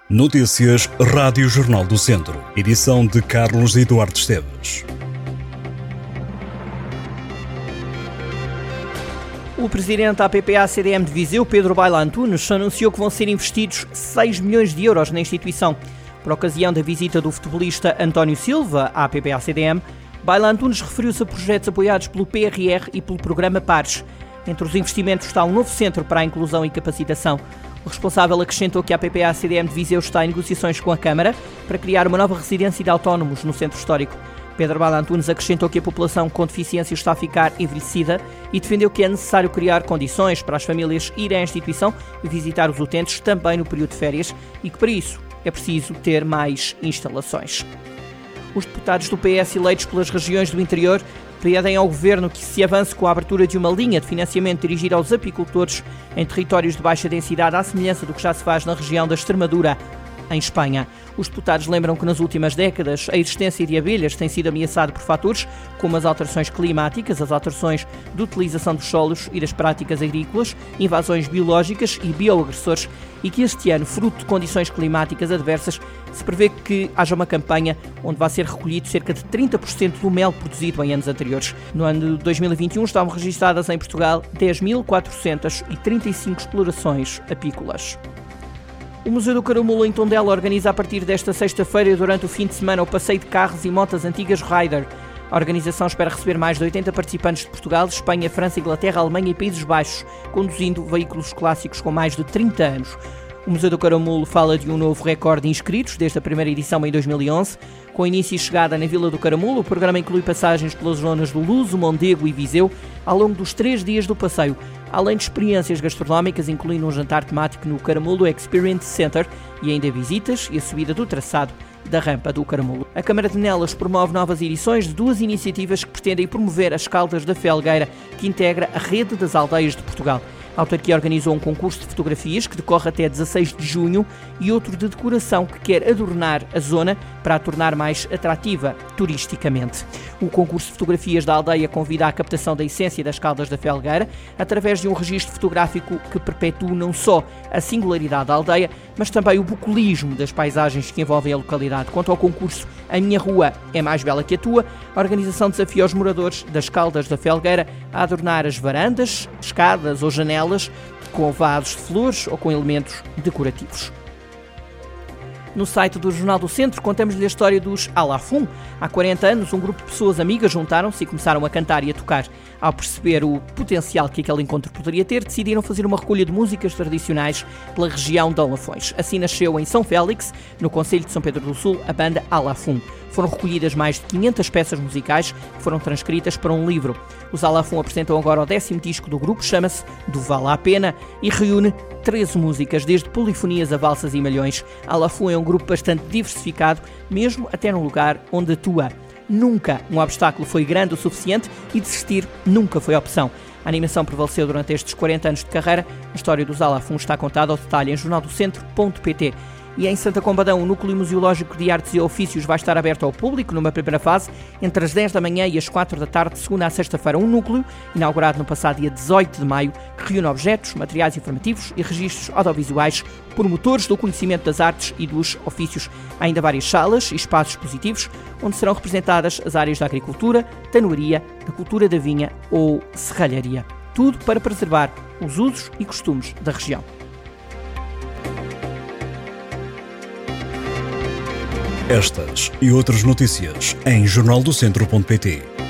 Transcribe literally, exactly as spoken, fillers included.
Notícias Rádio Jornal do Centro. Edição de Carlos Eduardo Esteves. O presidente da A P P A-C D M de Viseu, Pedro Baila Antunes, anunciou que vão ser investidos seis milhões de euros na instituição. Por ocasião da visita do futebolista António Silva à A P P A-C D M, Baila Antunes referiu-se a projetos apoiados pelo P R R e pelo programa Pares. Entre os investimentos está um novo centro para a inclusão e capacitação. O responsável acrescentou que a A P P A-C D M de Viseu está em negociações com a Câmara para criar uma nova residência de autónomos no centro histórico. Pedro Baila Antunes acrescentou que a população com deficiência está a ficar envelhecida e defendeu que é necessário criar condições para as famílias irem à instituição e visitar os utentes também no período de férias e que, para isso, é preciso ter mais instalações. Os deputados do P S eleitos pelas regiões do interior pedem ao Governo que se avance com a abertura de uma linha de financiamento dirigida aos apicultores em territórios de baixa densidade, à semelhança do que já se faz na região da Extremadura, em Espanha. Os deputados lembram que nas últimas décadas a existência de abelhas tem sido ameaçada por fatores como as alterações climáticas, as alterações de utilização dos solos e das práticas agrícolas, invasões biológicas e bioagressores, e que este ano, fruto de condições climáticas adversas, se prevê que haja uma campanha onde vai ser recolhido cerca de trinta por cento do mel produzido em anos anteriores. No ano de dois mil e vinte e um estavam registadas em Portugal dez mil quatrocentas e trinta e cinco explorações apícolas. O Museu do Caramulo em Tondela organiza a partir desta sexta-feira e durante o fim de semana o passeio de carros e motas antigas Rider. A organização espera receber mais de oitenta participantes de Portugal, Espanha, França, Inglaterra, Alemanha e Países Baixos, conduzindo veículos clássicos com mais de trinta anos. O Museu do Caramulo fala de um novo recorde de inscritos desde a primeira edição em dois mil e onze. Com início e chegada na Vila do Caramulo, o programa inclui passagens pelas zonas do Luso, Mondego e Viseu ao longo dos três dias do passeio, além de experiências gastronómicas, incluindo um jantar temático no Caramulo Experience Center e ainda visitas e a subida do traçado da rampa do Caramulo. A Câmara de Nelas promove novas edições de duas iniciativas que pretendem promover as Caldas da Felgueira, que integra a Rede das Aldeias de Portugal. A autarquia organizou um concurso de fotografias que decorre até dezasseis de junho e outro de decoração que quer adornar a zona para a tornar mais atrativa turisticamente. O concurso de fotografias da aldeia convida à captação da essência das Caldas da Felgueira através de um registro fotográfico que perpetue não só a singularidade da aldeia, mas também o bucolismo das paisagens que envolvem a localidade. Quanto ao concurso A Minha Rua é Mais Bela que a Tua, a organização desafia os moradores das Caldas da Felgueira a adornar as varandas, escadas ou janelas com vasos de flores ou com elementos decorativos. No site do Jornal do Centro contamos-lhe a história dos Alafum. Há quarenta anos, um grupo de pessoas amigas juntaram-se e começaram a cantar e a tocar. Ao perceber o potencial que aquele encontro poderia ter, decidiram fazer uma recolha de músicas tradicionais pela região de Alafões. Assim nasceu em São Félix, no concelho de São Pedro do Sul, a banda Alafum. Foram recolhidas mais de quinhentas peças musicais que foram transcritas para um livro. Os Alafum apresentam agora o décimo disco do grupo, chama-se Do Vale a Pena e reúne treze músicas, desde polifonias a valsas e malhões. Alafum é um grupo bastante diversificado, mesmo até no lugar onde atua. Nunca um obstáculo foi grande o suficiente e desistir nunca foi opção. A animação prevaleceu durante estes quarenta anos de carreira. A história dos Alafum está contada ao detalhe em jornal do centro ponto pt. E em Santa Combadão, o Núcleo Museológico de Artes e Ofícios vai estar aberto ao público numa primeira fase, entre as dez da manhã e as quatro da tarde, de segunda a sexta-feira. Um núcleo, inaugurado no passado dia dezoito de maio, que reúne objetos, materiais informativos e registros audiovisuais, promotores do conhecimento das artes e dos ofícios. Há ainda várias salas e espaços expositivos, onde serão representadas as áreas da agricultura, tanoaria, da cultura da vinha ou serralharia. Tudo para preservar os usos e costumes da região. Estas e outras notícias em jornal do centro ponto pt.